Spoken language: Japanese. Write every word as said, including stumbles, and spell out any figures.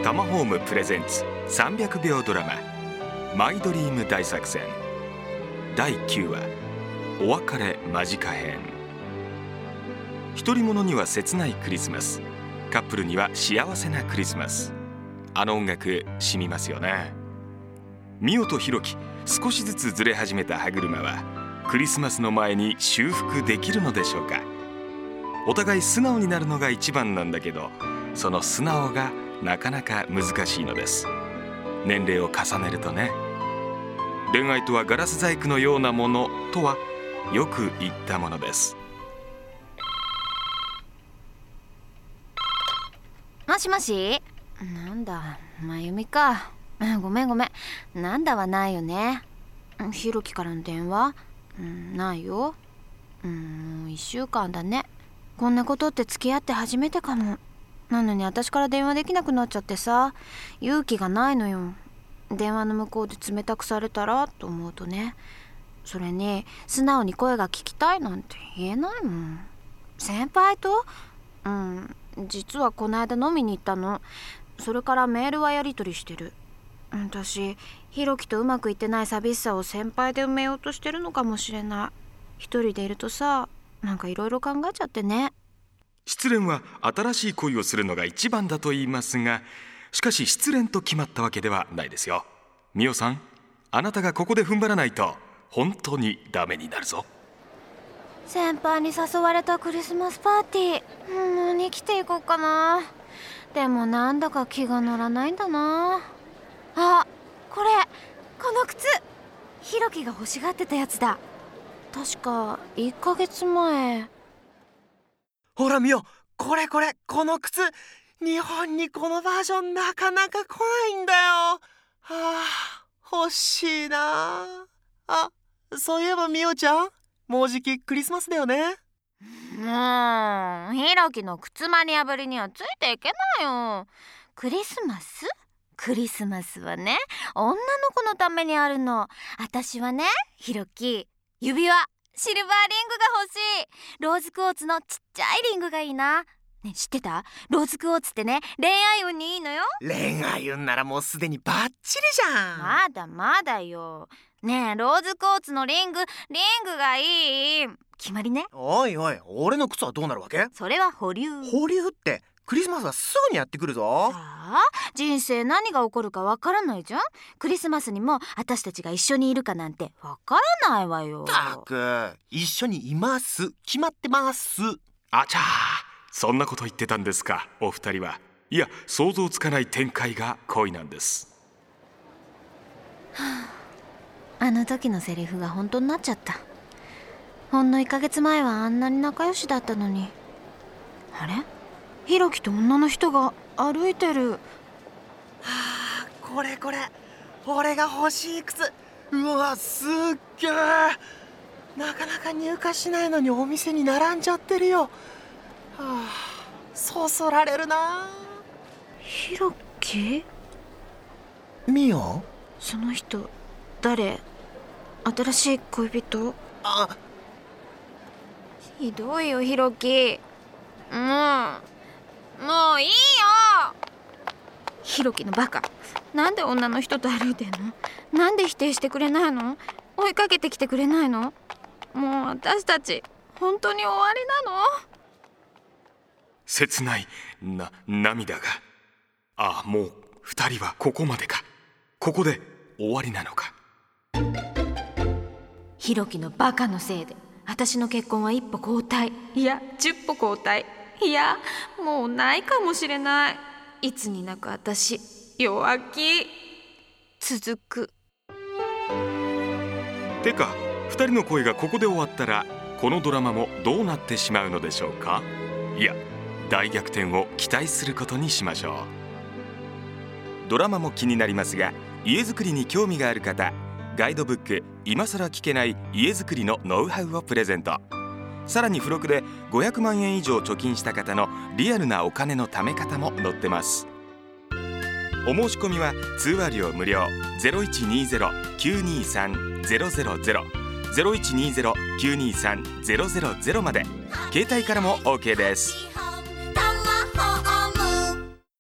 タマホームプレゼンツさんびゃくびょうドラママイドリーム大作戦だいきゅうわお別れ間近編。独り者には切ないクリスマス、カップルには幸せなクリスマス。あの音楽染みますよね。ミオとヒロキ、少しずつずれ始めた歯車はクリスマスの前に修復できるのでしょうか。お互い素直になるのが一番なんだけど、その素直がなかなか難しいのです。年齢を重ねるとね。恋愛とはガラス細工のようなものとはよく言ったものです。 もしもし、なんだ、まゆみか。ごめんごめん、なんだはないよね。ひろきからの電話、うん、ないよ。うん、もういっしゅうかんだね。こんなことって付き合って初めてかも。なのに私から電話できなくなっちゃってさ、勇気がないのよ。電話の向こうで冷たくされたらと思うとね。それに素直に声が聞きたいなんて言えないもん。先輩と？うん、実はこの間飲みに行ったの。それからメールはやり取りしてる。私、ひろきとうまくいってない寂しさを先輩で埋めようとしてるのかもしれない。一人でいるとさ、なんかいろいろ考えちゃってね。 失恋は新しい恋をするのが一番だと言いますが、しかし失恋と決まったわけではないですよ。ミオさん、あなたがここで踏ん張らないと本当にダメになるぞ。 先輩に誘われたクリスマスパーティー、何着ていこうかな。でもなんだか気が乗らないんだな。あ、これ、この靴、ひろきが欲しがってたやつだ。確かいっかげつまえ。 ほらミオ、これこれ、この靴、日本にこのバージョンなかなか来ないんだよ。はあ、欲しいなあ。そういえばミオちゃん、もうじきクリスマスだよね。 もうひろきの靴マニアぶりにはついていけないよ。クリスマス？クリスマスはね、女の子のためにあるの。私はね、ひろき、指輪、シルバーリングが欲しい。ローズクォーツのちっちゃいリングがいいな。ね、知ってた？ローズクォーツってね、恋愛運にいいのよ。 恋愛運ならもうすでにバッチリじゃん。 まだまだよ。ねえ、ローズクォーツのリング、リングがいい。決まりね。 おいおい、俺の靴はどうなるわけ？ それは保留。 保留って、クリスマスはすぐにやってくるぞ。 さあ、人生何が起こるかわからないじゃん。クリスマスにも私たちが一緒にいるかなんてわからないわよ。 たく、一緒にいます。決まってます。 あちゃー、そんなこと言ってたんですか、お二人は。いや、想像つかない展開が恋なんです。 はあ、あの時のセリフが本当になっちゃった。ほんのいっかげつまえはあんなに仲良しだったのに。あれ？ひろきと女の人が歩いてる。はあ、これこれ、俺が欲しい靴。うわ、すっげえ。なかなか入荷しないのにお店に並んじゃってるよ。はあ、そそられるな。 ひろき？ ミオ？ その人誰？新しい恋人？ あ、 ひどいよひろき。もうもういいよ。ひろきのバカ、なんで女の人と歩いてんの？なんで否定してくれないの？追いかけてきてくれないの？もう私たち本当に終わりなの？ 切ないな涙が。ああ、もう二人はここまでか。ここで終わりなのか。 ひろきのバカのせいで私の結婚は一歩後退、いや十歩後退、いやもうないかもしれない。いつになく私弱気。続く。 てか、二人の恋がここで終わったらこのドラマもどうなってしまうのでしょうか。いや、大逆転を期待することにしましょう。ドラマも気になりますが、家づくりに興味がある方、ガイドブック今さら聞けない家づくりのノウハウをプレゼント。さらに付録でごひゃくまんえん以上貯金した方のリアルなお金の貯め方も載ってます。お申し込みは通話料無料 ゼロいちにゼロ きゅうにさん ゼロゼロゼロ ゼロいちにゼロ きゅうにさん ゼロゼロゼロ まで。携帯からも オーケー です。